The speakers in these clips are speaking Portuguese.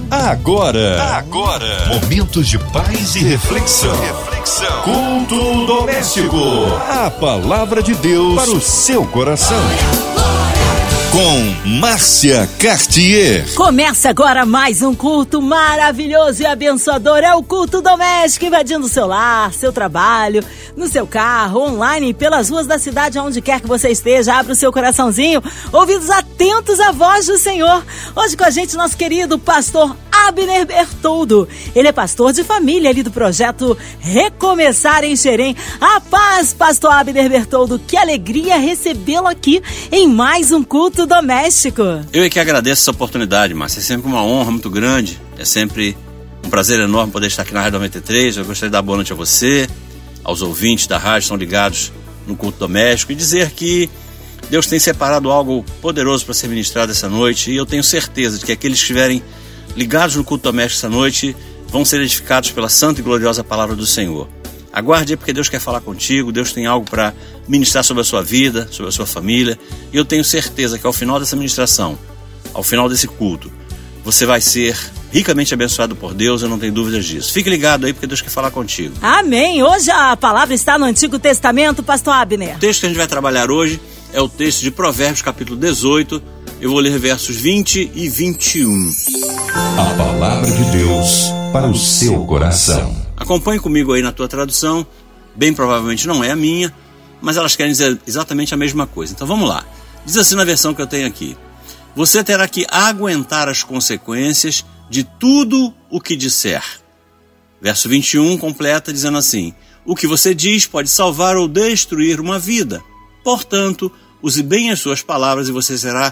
Agora, momentos de paz e reflexão. Culto doméstico. A palavra de Deus para o seu coração. Com Márcia Cartier. Começa agora mais um culto maravilhoso e abençoador. É o culto doméstico, invadindo o seu lar, seu trabalho, no seu carro, online, pelas ruas da cidade, onde quer que você esteja. Abra o seu coraçãozinho, ouvidos atentos à voz do Senhor. Hoje com a gente nosso querido pastor Abner Bertoldo. Ele é pastor de família ali do projeto Recomeçar em Xerém. A paz, pastor Abner Bertoldo. Que alegria recebê-lo aqui em mais um culto doméstico. Eu é que agradeço essa oportunidade, Márcia. É sempre uma honra muito grande. É sempre um prazer enorme poder estar aqui na Rádio 93. Eu gostaria de dar boa noite a você, aos ouvintes da rádio que estão ligados no culto doméstico, e dizer que Deus tem separado algo poderoso para ser ministrado essa noite, e eu tenho certeza de que aqueles que estiverem ligados no culto doméstico essa noite vão ser edificados pela santa e gloriosa palavra do Senhor. Aguarde aí, porque Deus quer falar contigo. Deus tem algo para ministrar sobre a sua vida, sobre a sua família, e eu tenho certeza que ao final dessa ministração, ao final desse culto, você vai ser ricamente abençoado por Deus, eu não tenho dúvidas disso. Fique ligado aí, porque Deus quer falar contigo. Amém. Hoje a palavra está no Antigo Testamento, pastor Abner. O texto que a gente vai trabalhar hoje é o texto de Provérbios, capítulo 18. Eu vou ler versos 20 e 21. A palavra de Deus para o seu coração. Acompanhe comigo aí na tua tradução. Bem provavelmente não é a minha, mas elas querem dizer exatamente a mesma coisa. Então vamos lá. Diz assim na versão que eu tenho aqui: você terá que aguentar as consequências de tudo o que disser. Verso 21 completa dizendo assim: o que você diz pode salvar ou destruir uma vida. Portanto, use bem as suas palavras e você será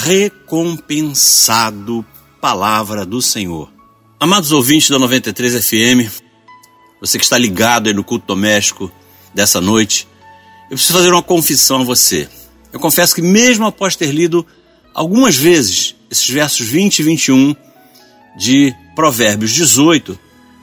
recompensado. Palavra do Senhor. Amados ouvintes da 93 FM, você que está ligado aí no culto doméstico dessa noite, eu preciso fazer uma confissão a você. Eu confesso que mesmo após ter lido algumas vezes esses versos 20 e 21 de Provérbios 18,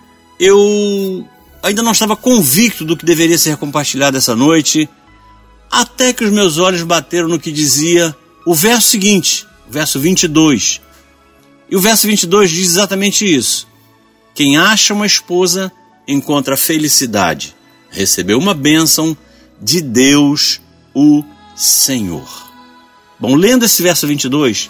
eu ainda não estava convicto do que deveria ser compartilhado essa noite, até que os meus olhos bateram no que dizia o verso seguinte, o verso 22. E o verso 22 diz exatamente isso: quem acha uma esposa encontra felicidade, recebeu uma bênção de Deus, o Senhor. Bom, lendo esse verso 22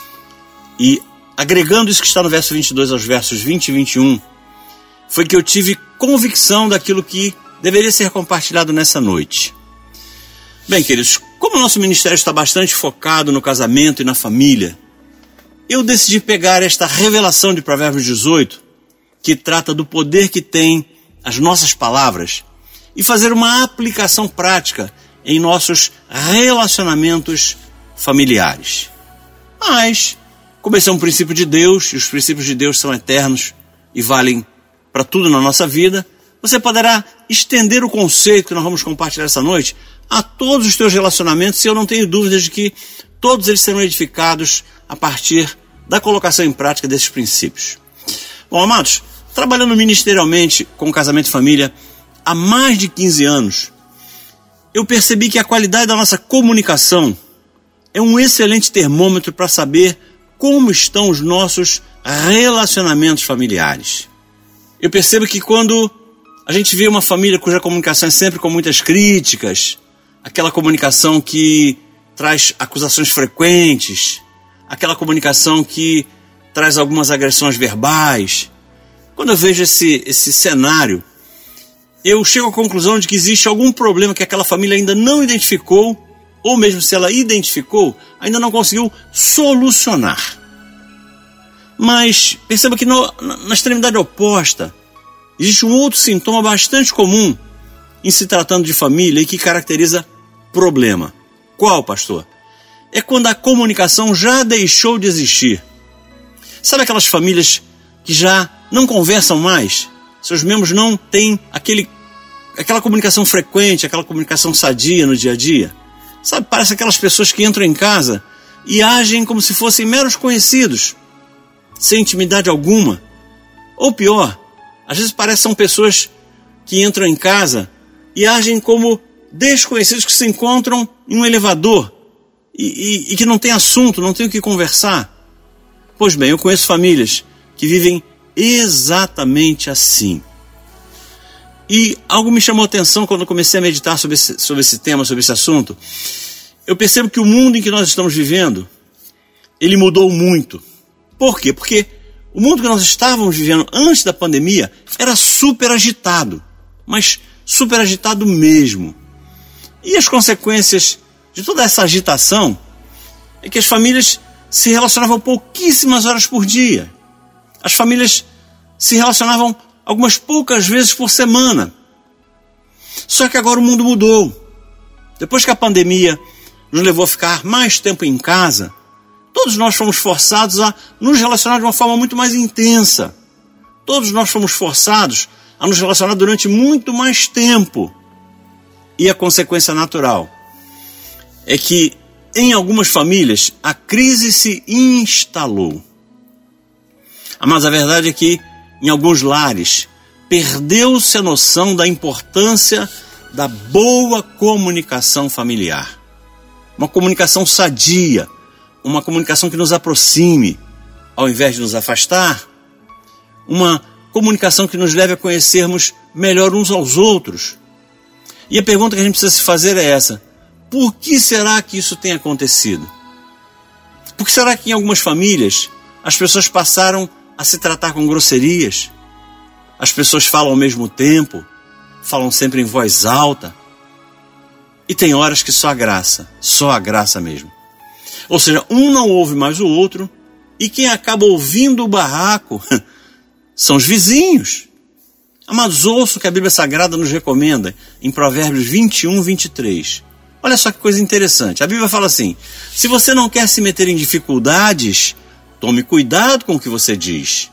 e agregando isso que está no verso 22 aos versos 20 e 21, foi que eu tive convicção daquilo que deveria ser compartilhado nessa noite. Bem, queridos, como o nosso ministério está bastante focado no casamento e na família, eu decidi pegar esta revelação de Provérbios 18, que trata do poder que tem as nossas palavras, e fazer uma aplicação prática em nossos relacionamentos familiares. Mas, como esse é um princípio de Deus, e os princípios de Deus são eternos e valem para tudo na nossa vida, você poderá estender o conceito que nós vamos compartilhar essa noite a todos os teus relacionamentos, e eu não tenho dúvidas de que todos eles serão edificados a partir da colocação em prática desses princípios. Bom, amados, trabalhando ministerialmente com casamento e família há mais de 15 anos, eu percebi que a qualidade da nossa comunicação é um excelente termômetro para saber como estão os nossos relacionamentos familiares. Eu percebo que quando a gente vê uma família cuja comunicação é sempre com muitas críticas, aquela comunicação que traz acusações frequentes, aquela comunicação que traz algumas agressões verbais, quando eu vejo esse cenário, eu chego à conclusão de que existe algum problema que aquela família ainda não identificou, ou mesmo se ela identificou, ainda não conseguiu solucionar. Mas perceba que na extremidade oposta, existe um outro sintoma bastante comum em se tratando de família e que caracteriza problema. Qual, pastor? É quando a comunicação já deixou de existir. Sabe aquelas famílias que já não conversam mais? Seus membros não têm aquela comunicação frequente, aquela comunicação sadia no dia a dia? Sabe, parece aquelas pessoas que entram em casa e agem como se fossem meros conhecidos, sem intimidade alguma. Ou pior, às vezes parecem são pessoas que entram em casa e agem como desconhecidos que se encontram em um elevador e que não tem assunto, não tem o que conversar. Pois bem, eu conheço famílias que vivem exatamente assim. E algo me chamou a atenção quando eu comecei a meditar sobre esse tema, sobre esse assunto. Eu percebo que o mundo em que nós estamos vivendo, ele mudou muito. Por quê? Porque o mundo que nós estávamos vivendo antes da pandemia era super agitado, mas super agitado mesmo. E as consequências de toda essa agitação é que as famílias se relacionavam pouquíssimas horas por dia. As famílias se relacionavam algumas poucas vezes por semana. Só que agora o mundo mudou. Depois que a pandemia nos levou a ficar mais tempo em casa, todos nós fomos forçados a nos relacionar de uma forma muito mais intensa. Todos nós fomos forçados a nos relacionar durante muito mais tempo. E a consequência natural é que, em algumas famílias, a crise se instalou. Mas a verdade é que, em alguns lares, perdeu-se a noção da importância da boa comunicação familiar. Uma comunicação sadia, uma comunicação que nos aproxime, ao invés de nos afastar. Uma comunicação que nos leve a conhecermos melhor uns aos outros. E a pergunta que a gente precisa se fazer é essa: por que será que isso tem acontecido? Por que será que em algumas famílias as pessoas passaram a se tratar com grosserias? As pessoas falam ao mesmo tempo, falam sempre em voz alta. E tem horas que só a graça mesmo. Ou seja, um não ouve mais o outro, e quem acaba ouvindo o barraco são os vizinhos. Amados, ouçam o que a Bíblia Sagrada nos recomenda em Provérbios 21, 23. Olha só que coisa interessante. A Bíblia fala assim: se você não quer se meter em dificuldades, tome cuidado com o que você diz.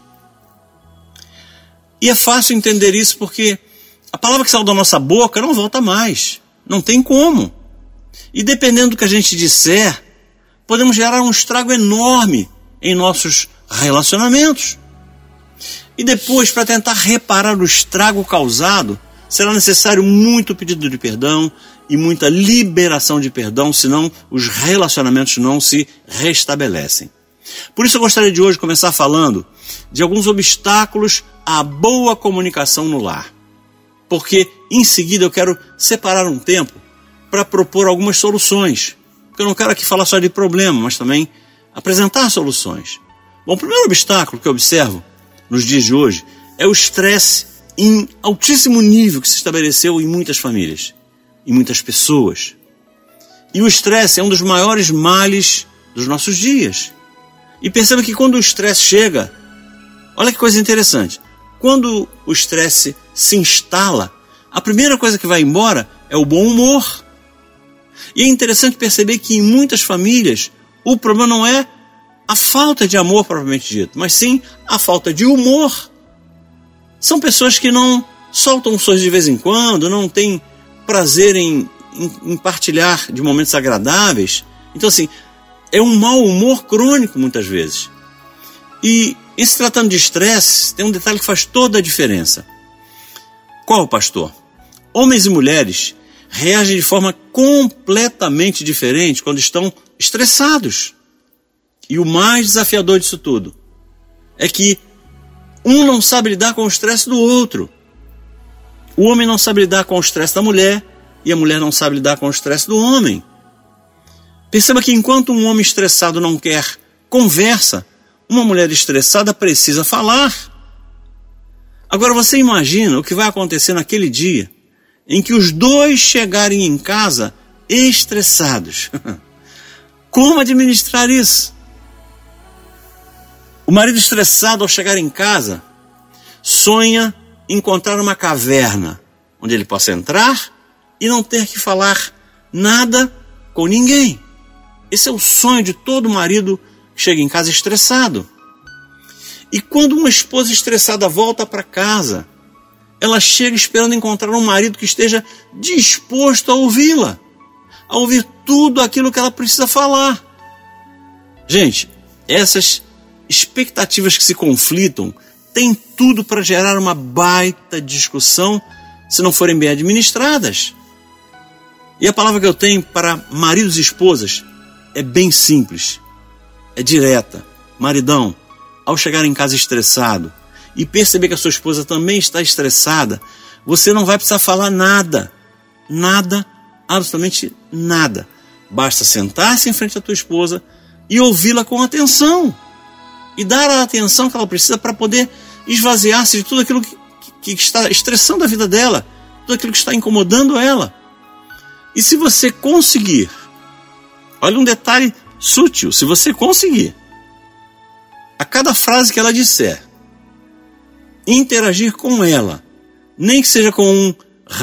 E é fácil entender isso porque a palavra que saiu da nossa boca não volta mais. Não tem como. E dependendo do que a gente disser, podemos gerar um estrago enorme em nossos relacionamentos. E depois, para tentar reparar o estrago causado, será necessário muito pedido de perdão e muita liberação de perdão, senão os relacionamentos não se restabelecem. Por isso eu gostaria de hoje começar falando de alguns obstáculos à boa comunicação no lar. Porque em seguida eu quero separar um tempo para propor algumas soluções. Porque eu não quero aqui falar só de problema, mas também apresentar soluções. Bom, o primeiro obstáculo que eu observo nos dias de hoje é o estresse em altíssimo nível que se estabeleceu em muitas famílias, em muitas pessoas. E o estresse é um dos maiores males dos nossos dias. E perceba que quando o estresse chega, olha que coisa interessante, quando o estresse se instala, a primeira coisa que vai embora é o bom humor. E é interessante perceber que em muitas famílias o problema não é a falta de amor propriamente dito, mas sim a falta de humor. São pessoas que não soltam um sorriso de vez em quando, não têm prazer em partilhar de momentos agradáveis. Então assim, é um mau humor crônico muitas vezes. E em se tratando de estresse, tem um detalhe que faz toda a diferença. Qual, pastor? Homens e mulheres reagem de forma completamente diferente quando estão estressados. E o mais desafiador disso tudo é que um não sabe lidar com o estresse do outro. O homem não sabe lidar com o estresse da mulher e a mulher não sabe lidar com o estresse do homem. Perceba que enquanto um homem estressado não quer conversa, uma mulher estressada precisa falar. Agora você imagina o que vai acontecer naquele dia em que os dois chegarem em casa estressados. Como administrar isso? O marido estressado ao chegar em casa sonha encontrar uma caverna onde ele possa entrar e não ter que falar nada com ninguém. Esse é o sonho de todo marido que chega em casa estressado. E quando uma esposa estressada volta para casa, ela chega esperando encontrar um marido que esteja disposto a ouvi-la, a ouvir tudo aquilo que ela precisa falar. Gente, essas expectativas que se conflitam têm tudo para gerar uma baita discussão se não forem bem administradas. E a palavra que eu tenho para maridos e esposas é bem simples, é direta. Maridão, ao chegar em casa estressado e perceber que a sua esposa também está estressada, você não vai precisar falar nada. Nada, absolutamente nada. Basta sentar-se em frente à tua esposa e ouvi-la com atenção. E dar a atenção que ela precisa para poder esvaziar-se de tudo aquilo que está estressando a vida dela, tudo aquilo que está incomodando ela. E se você conseguir, olha um detalhe sutil, se você conseguir, a cada frase que ela disser, interagir com ela, nem que seja com um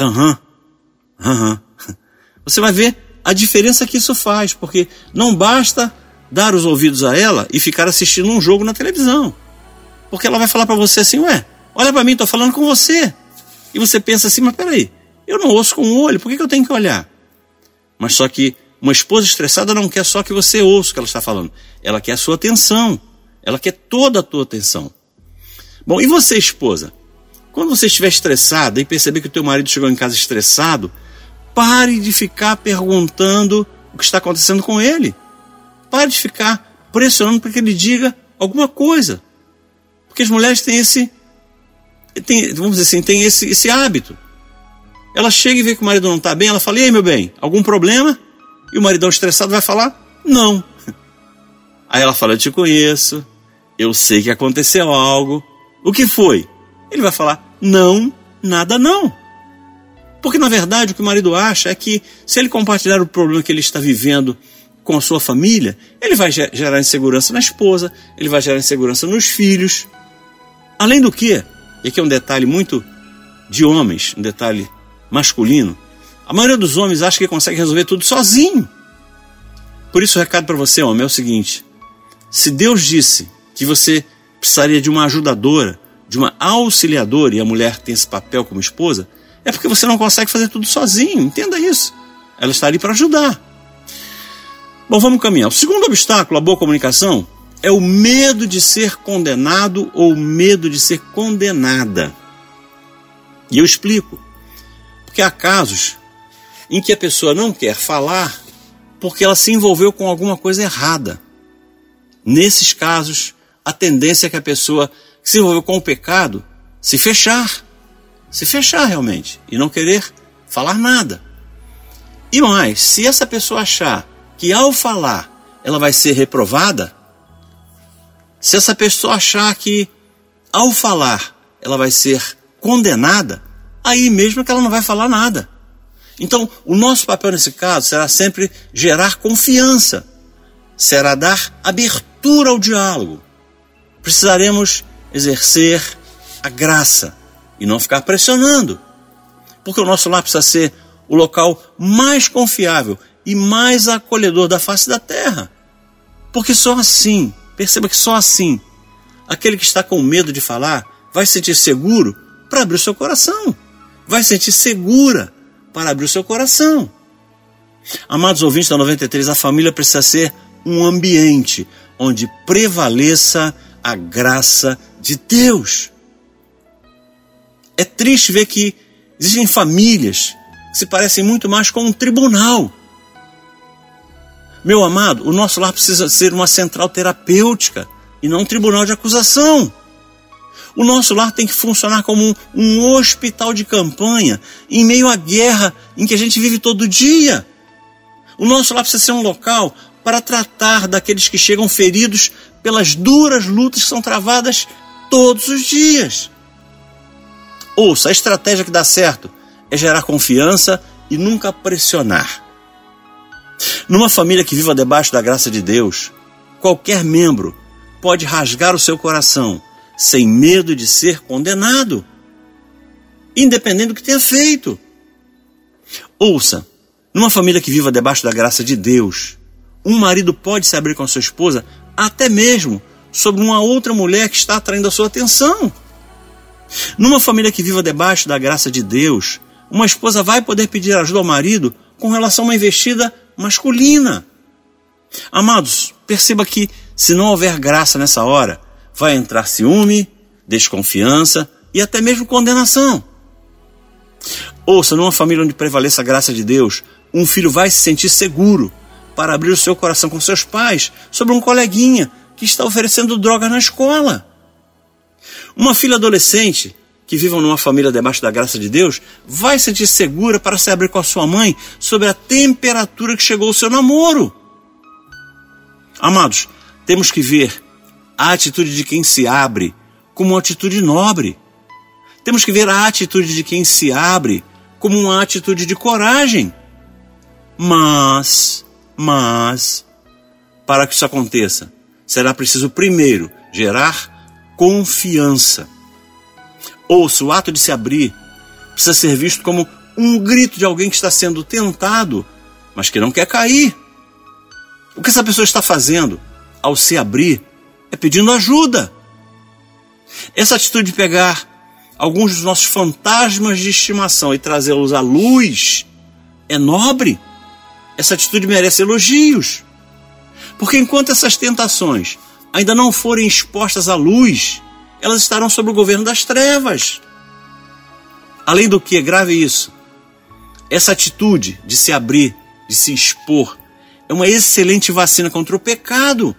você vai ver a diferença que isso faz, porque não basta dar os ouvidos a ela e ficar assistindo um jogo na televisão, porque ela vai falar para você assim, olha para mim, estou falando com você, e você pensa assim, mas peraí, eu não ouço com o olho, por que eu tenho que olhar? Mas só que uma esposa estressada não quer só que você ouça o que ela está falando, ela quer a sua atenção, ela quer toda a tua atenção. Bom, e você, esposa? Quando você estiver estressada e perceber que o teu marido chegou em casa estressado, pare de ficar perguntando o que está acontecendo com ele. Pare de ficar pressionando para que ele diga alguma coisa. Porque as mulheres têm esse hábito. Ela chega e vê que o marido não está bem, ela fala, e aí, meu bem, algum problema? E o maridão estressado vai falar, não. Aí ela fala, eu te conheço, eu sei que aconteceu algo. O que foi? Ele vai falar, não, nada não. Porque na verdade o que o marido acha é que se ele compartilhar o problema que ele está vivendo com a sua família, ele vai gerar insegurança na esposa, ele vai gerar insegurança nos filhos. Além do que, e aqui é um detalhe muito de homens, um detalhe masculino, a maioria dos homens acha que consegue resolver tudo sozinho. Por isso o recado para você, homem, é o seguinte, se Deus disse que você precisaria de uma ajudadora, de uma auxiliadora, e a mulher tem esse papel como esposa, é porque você não consegue fazer tudo sozinho, entenda isso. Ela está ali para ajudar. Bom, vamos caminhar. O segundo obstáculo à boa comunicação é o medo de ser condenado ou medo de ser condenada. E eu explico. Porque há casos em que a pessoa não quer falar porque ela se envolveu com alguma coisa errada. Nesses casos, a tendência é que a pessoa que se envolveu com o pecado se fechar realmente e não querer falar nada. E mais, se essa pessoa achar que ao falar ela vai ser reprovada, se essa pessoa achar que ao falar ela vai ser condenada, aí mesmo que ela não vai falar nada. Então, o nosso papel nesse caso será sempre gerar confiança, será dar abertura ao diálogo. Precisaremos exercer a graça e não ficar pressionando, porque o nosso lar precisa ser o local mais confiável e mais acolhedor da face da terra, porque só assim, perceba que só assim, aquele que está com medo de falar vai se sentir seguro para abrir o seu coração, vai se sentir segura para abrir o seu coração. Amados ouvintes da 93, a família precisa ser um ambiente onde prevaleça a graça de Deus. É triste ver que existem famílias que se parecem muito mais com um tribunal. Meu amado, o nosso lar precisa ser uma central terapêutica e não um tribunal de acusação. O nosso lar tem que funcionar como um hospital de campanha em meio à guerra em que a gente vive todo dia. O nosso lar precisa ser um local para tratar daqueles que chegam feridos pelas duras lutas que são travadas todos os dias. Ouça, a estratégia que dá certo é gerar confiança e nunca pressionar. Numa família que viva debaixo da graça de Deus, qualquer membro pode rasgar o seu coração sem medo de ser condenado, independente do que tenha feito. Ouça, numa família que viva debaixo da graça de Deus, um marido pode se abrir com a sua esposa até mesmo sobre uma outra mulher que está atraindo a sua atenção. Numa família que viva debaixo da graça de Deus, uma esposa vai poder pedir ajuda ao marido com relação a uma investida masculina. Amados, perceba que se não houver graça nessa hora, vai entrar ciúme, desconfiança e até mesmo condenação. Ouça, numa família onde prevaleça a graça de Deus, um filho vai se sentir seguro para abrir o seu coração com seus pais sobre um coleguinha que está oferecendo droga na escola. Uma filha adolescente que vive numa família debaixo da graça de Deus vai se sentir segura para se abrir com a sua mãe sobre a temperatura que chegou o seu namoro. Amados, temos que ver a atitude de quem se abre como uma atitude nobre. Temos que ver a atitude de quem se abre como uma atitude de coragem. Mas, para que isso aconteça, será preciso primeiro gerar confiança. Ouça, o ato de se abrir precisa ser visto como um grito de alguém que está sendo tentado, mas que não quer cair. O que essa pessoa está fazendo ao se abrir é pedindo ajuda. Essa atitude de pegar alguns dos nossos fantasmas de estimação e trazê-los à luz é nobre. Essa atitude merece elogios. Porque enquanto essas tentações ainda não forem expostas à luz, elas estarão sob o governo das trevas. Além do que, grave isso, essa atitude de se abrir, de se expor, é uma excelente vacina contra o pecado.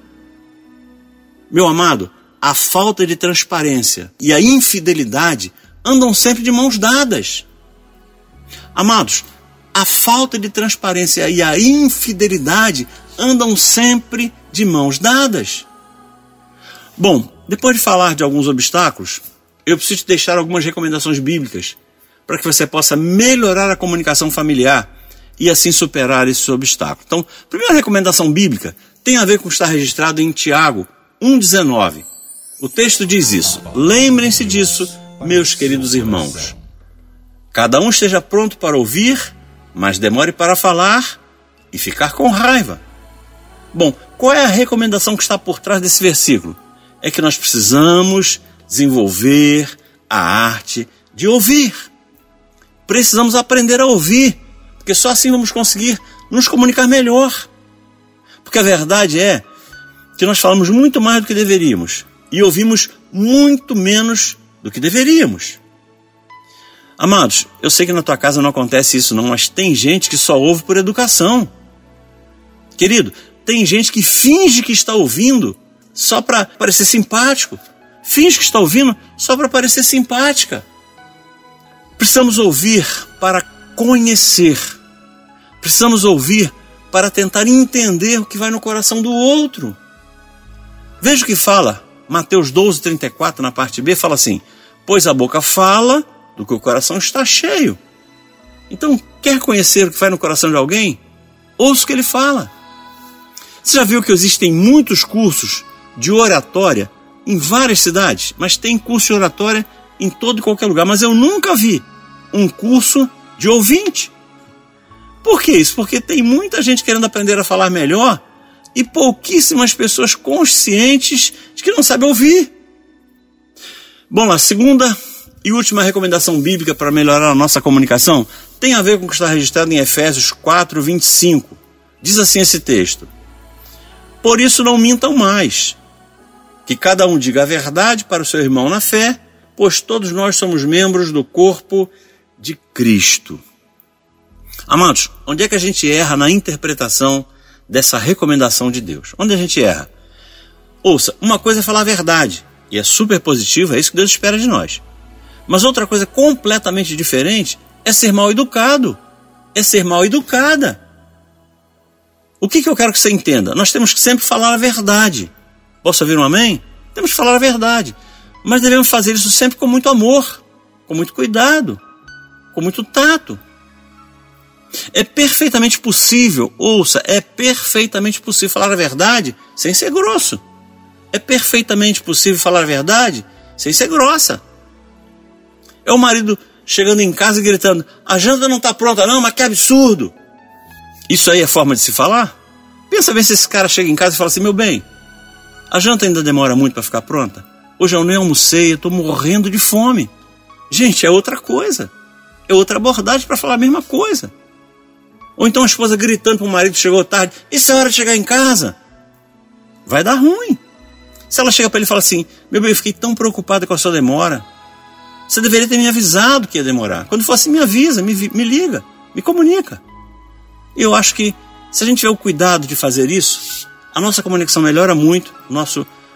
Meu amado, a falta de transparência e a infidelidade andam sempre de mãos dadas. Amados, a falta de transparência e a infidelidade andam sempre de mãos dadas. Bom, depois de falar de alguns obstáculos, eu preciso te deixar algumas recomendações bíblicas para que você possa melhorar a comunicação familiar e assim superar esses obstáculos. Então, a primeira recomendação bíblica tem a ver com o que está registrado em Tiago 1,19. O texto diz isso: lembrem-se disso, meus queridos irmãos. Cada um esteja pronto para ouvir, mas demore para falar e ficar com raiva. Bom, qual é a recomendação que está por trás desse versículo? É que nós precisamos desenvolver a arte de ouvir. Precisamos aprender a ouvir, porque só assim vamos conseguir nos comunicar melhor. Porque a verdade é que nós falamos muito mais do que deveríamos e ouvimos muito menos do que deveríamos. Amados, eu sei que na tua casa não acontece isso não, mas tem gente que só ouve por educação. Querido, tem gente que finge que está ouvindo só para parecer simpático. Finge que está ouvindo só para parecer simpática. Precisamos ouvir para conhecer. Precisamos ouvir para tentar entender o que vai no coração do outro. Veja o que fala Mateus 12:34, na parte B, fala assim: pois a boca fala do que o coração está cheio. Então, quer conhecer o que vai no coração de alguém? Ouça o que ele fala. Você já viu que existem muitos cursos de oratória em várias cidades, mas tem curso de oratória em todo e qualquer lugar, mas eu nunca vi um curso de ouvinte. Por que isso? Porque tem muita gente querendo aprender a falar melhor e pouquíssimas pessoas conscientes de que não sabem ouvir. Bom, a segunda e última recomendação bíblica para melhorar a nossa comunicação tem a ver com o que está registrado em Efésios 4:25. Diz assim esse texto: por isso não mintam mais, que cada um diga a verdade para o seu irmão na fé, pois todos nós somos membros do corpo de Cristo. Amados, onde é que a gente erra na interpretação dessa recomendação de Deus? Onde a gente erra? Ouça, uma coisa é falar a verdade, e é super positivo, é isso que Deus espera de nós. Mas outra coisa completamente diferente é ser mal educado, é ser mal educada. O que eu quero que você entenda? Nós temos que sempre falar a verdade. Posso ouvir um amém? Temos que falar a verdade, mas devemos fazer isso sempre com muito amor, com muito cuidado, com muito tato. É perfeitamente possível, ouça, é perfeitamente possível falar a verdade sem ser grosso. É perfeitamente possível falar a verdade sem ser grossa. É o marido chegando em casa e gritando: a janta não está pronta não, mas que absurdo. Isso aí é forma de se falar? Pensa bem se esse cara chega em casa e fala assim: meu bem, a janta ainda demora muito para ficar pronta? Hoje eu nem almocei, eu estou morrendo de fome. Gente, é outra coisa. É outra abordagem para falar a mesma coisa. Ou então a esposa gritando para o marido: chegou tarde, isso é hora de chegar em casa. Vai dar ruim. Se ela chega para ele e fala assim: meu bem, eu fiquei tão preocupada com a sua demora. Você deveria ter me avisado que ia demorar. Quando for assim, me avisa, me liga, me comunica. Eu acho que se a gente tiver o cuidado de fazer isso, a nossa comunicação melhora muito, nosso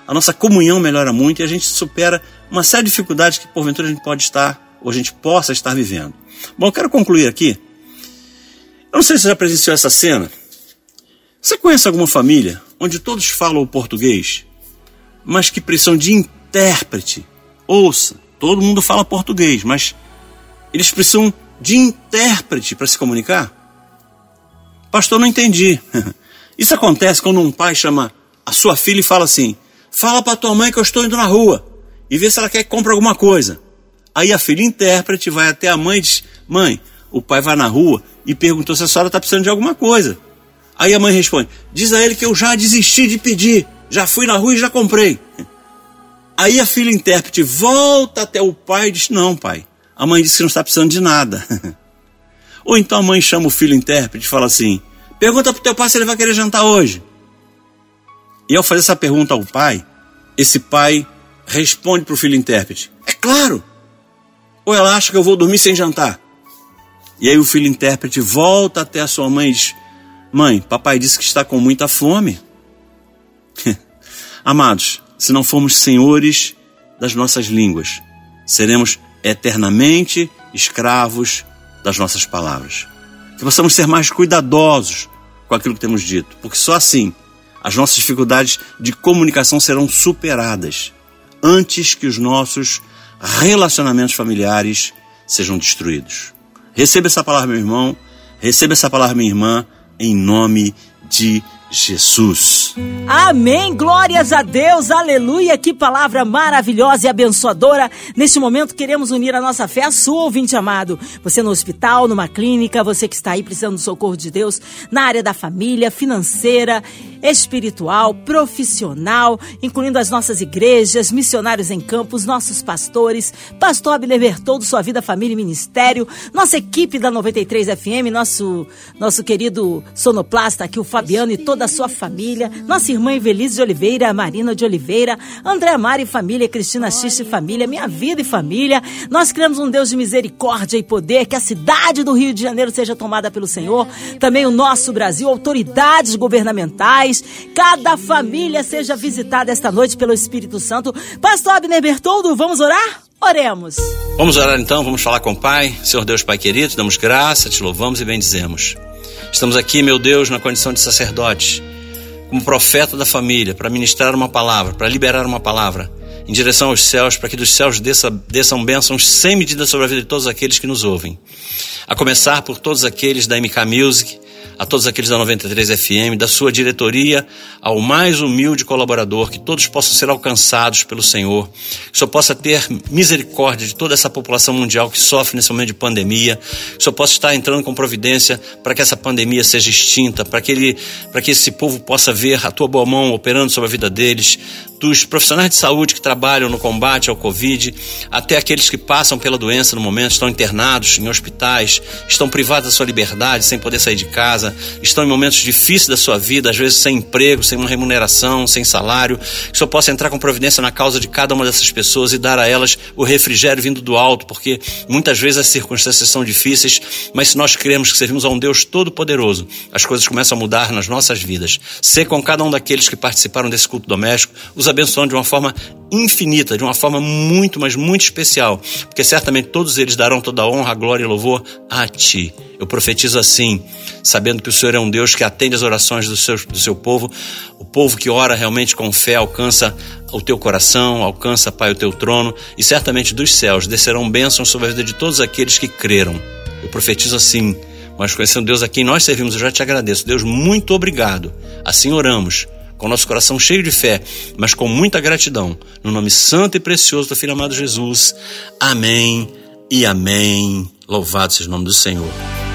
a nossa comunhão melhora muito e a gente supera uma série de dificuldades que porventura a gente pode estar, ou a gente possa estar vivendo. Bom, eu quero concluir aqui. Eu não sei se você já presenciou essa cena. Você conhece alguma família onde todos falam o português, mas que precisam de intérprete? Ouça, todo mundo fala português, mas eles precisam de intérprete para se comunicar? Pastor, não entendi. Isso acontece quando um pai chama a sua filha e fala assim: fala para tua mãe que eu estou indo na rua, e vê se ela quer que compre alguma coisa. Aí a filha intérprete vai até a mãe e diz: mãe, o pai vai na rua e perguntou se a senhora está precisando de alguma coisa. Aí a mãe responde: diz a ele que eu já desisti de pedir, já fui na rua e já comprei. Aí a filha intérprete volta até o pai e diz: não, pai, a mãe disse que não está precisando de nada. Ou então a mãe chama o filho intérprete e fala assim: pergunta para o teu pai se ele vai querer jantar hoje. E ao fazer essa pergunta ao pai, esse pai responde para o filho intérprete: é claro. Ou ela acha que eu vou dormir sem jantar. E aí o filho intérprete volta até a sua mãe e diz: mãe, papai disse que está com muita fome. Amados, se não formos senhores das nossas línguas, seremos eternamente escravos das nossas palavras. Que possamos ser mais cuidadosos com aquilo que temos dito, porque só assim as nossas dificuldades de comunicação serão superadas antes que os nossos relacionamentos familiares sejam destruídos. Receba essa palavra, meu irmão, receba essa palavra, minha irmã, em nome de Jesus. Amém, glórias a Deus, aleluia, que palavra maravilhosa e abençoadora. Neste momento queremos unir a nossa fé à sua, ouvinte amado. Você no hospital, numa clínica, você que está aí precisando do socorro de Deus, na área da família, financeira, espiritual, profissional, incluindo as nossas igrejas, missionários em campos, nossos pastores, pastor Abner Bertoldo, sua vida, família e ministério, nossa equipe da 93 FM, nosso querido sonoplasta aqui, o Fabiano e toda a sua família, nossa irmã Evelise de Oliveira, Marina de Oliveira, André Mari e família, Cristina Xixi e família, minha vida e família. Nós cremos um Deus de misericórdia e poder, que a cidade do Rio de Janeiro seja tomada pelo Senhor, também o nosso Brasil, autoridades governamentais, cada família seja visitada esta noite pelo Espírito Santo. Pastor Abner Bertoldo, vamos orar? Oremos. Vamos orar então, vamos falar com o Pai. Senhor Deus, Pai querido, te damos graça, te louvamos e bendizemos. Estamos aqui, meu Deus, na condição de sacerdote, como profeta da família, para ministrar uma palavra, para liberar uma palavra em direção aos céus, para que dos céus desçam bênçãos sem medida sobre a vida de todos aqueles que nos ouvem. A começar por todos aqueles da MK Music, a todos aqueles da 93 FM, da sua diretoria, ao mais humilde colaborador, que todos possam ser alcançados pelo Senhor, que o Senhor possa ter misericórdia de toda essa população mundial que sofre nesse momento de pandemia, que o Senhor possa estar entrando com providência para que essa pandemia seja extinta, para que esse povo possa ver a tua boa mão operando sobre a vida deles, dos profissionais de saúde que trabalham no combate ao Covid, até aqueles que passam pela doença no momento, estão internados em hospitais, estão privados da sua liberdade, sem poder sair de casa, estão em momentos difíceis da sua vida, às vezes sem emprego, sem uma remuneração, sem salário, que o Senhor possa entrar com providência na causa de cada uma dessas pessoas e dar a elas o refrigério vindo do alto, porque muitas vezes as circunstâncias são difíceis, mas se nós cremos que servimos a um Deus todo-poderoso, as coisas começam a mudar nas nossas vidas. Ser com cada um daqueles que participaram desse culto doméstico, os abençoando de uma forma infinita, de uma forma muito, mas muito especial, porque certamente todos eles darão toda a honra, glória e louvor a Ti. Eu profetizo assim, sabendo que o Senhor é um Deus que atende as orações do seu povo, o povo que ora realmente com fé alcança o Teu coração, alcança, Pai, o Teu trono, e certamente dos céus descerão bênçãos sobre a vida de todos aqueles que creram. Eu profetizo assim, mas conhecendo Deus a quem nós servimos, eu já Te agradeço. Deus, muito obrigado. Assim oramos, com o nosso coração cheio de fé, mas com muita gratidão, no nome santo e precioso do Filho amado Jesus. Amém e amém. Louvado seja o nome do Senhor.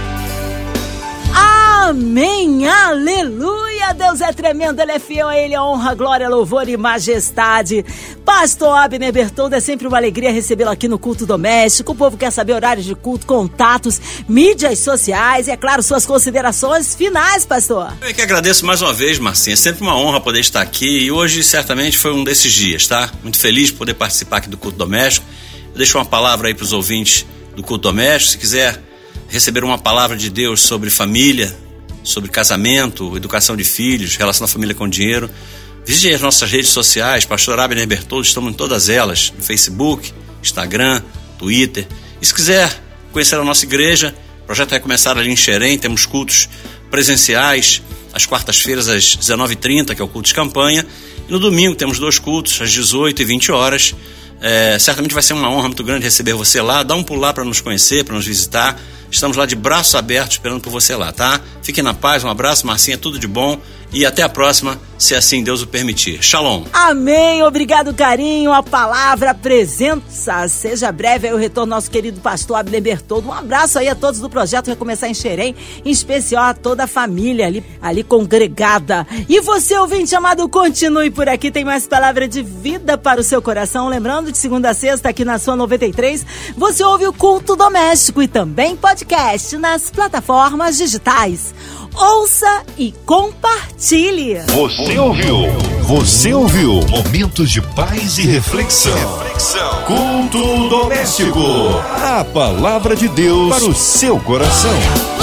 Amém, aleluia, Deus é tremendo, Ele é fiel, a Ele a honra, glória, louvor e majestade. Pastor Abner Bertoldo, é sempre uma alegria recebê-lo aqui no culto doméstico. O povo quer saber horários de culto, contatos, mídias sociais e, é claro, suas considerações finais, pastor. Eu que agradeço mais uma vez, Marcinha, é sempre uma honra poder estar aqui e hoje certamente foi um desses dias, tá? Muito feliz de poder participar aqui do culto doméstico. Eu deixo uma palavra aí para os ouvintes do culto doméstico, se quiser receber uma palavra de Deus sobre família, sobre casamento, educação de filhos, relação da família com dinheiro, Visite as nossas redes sociais, Pastor Abner Bertoldo, estamos em todas elas, no Facebook, Instagram, Twitter. E se quiser conhecer a nossa igreja, o projeto vai começar ali em Xerém, temos cultos presenciais, às quartas-feiras às 19h30, que é o culto de campanha, e no domingo temos 2 cultos, às 18 e 20 horas. Certamente vai ser uma honra muito grande receber você lá. Dá um pulo lá para nos conhecer, para nos visitar. Estamos lá de braços abertos esperando por você lá, tá? Fique na paz, um abraço, Marcinha, tudo de bom. E até a próxima, se assim Deus o permitir. Shalom. Amém, obrigado, carinho, a palavra, a presença. Seja breve aí o retorno do nosso querido pastor Abner Bertoldo. Um abraço aí a todos do projeto Recomeçar em Xerém, em especial a toda a família ali congregada. E você, ouvinte amado, continue por aqui, tem mais palavra de vida para o seu coração. Lembrando, de segunda a sexta, aqui na sua 93, você ouve o Culto Doméstico e também podcast nas plataformas digitais. Ouça e compartilhe. Você ouviu Momentos de Paz e Reflexão. Culto Doméstico. A palavra de Deus para o seu coração.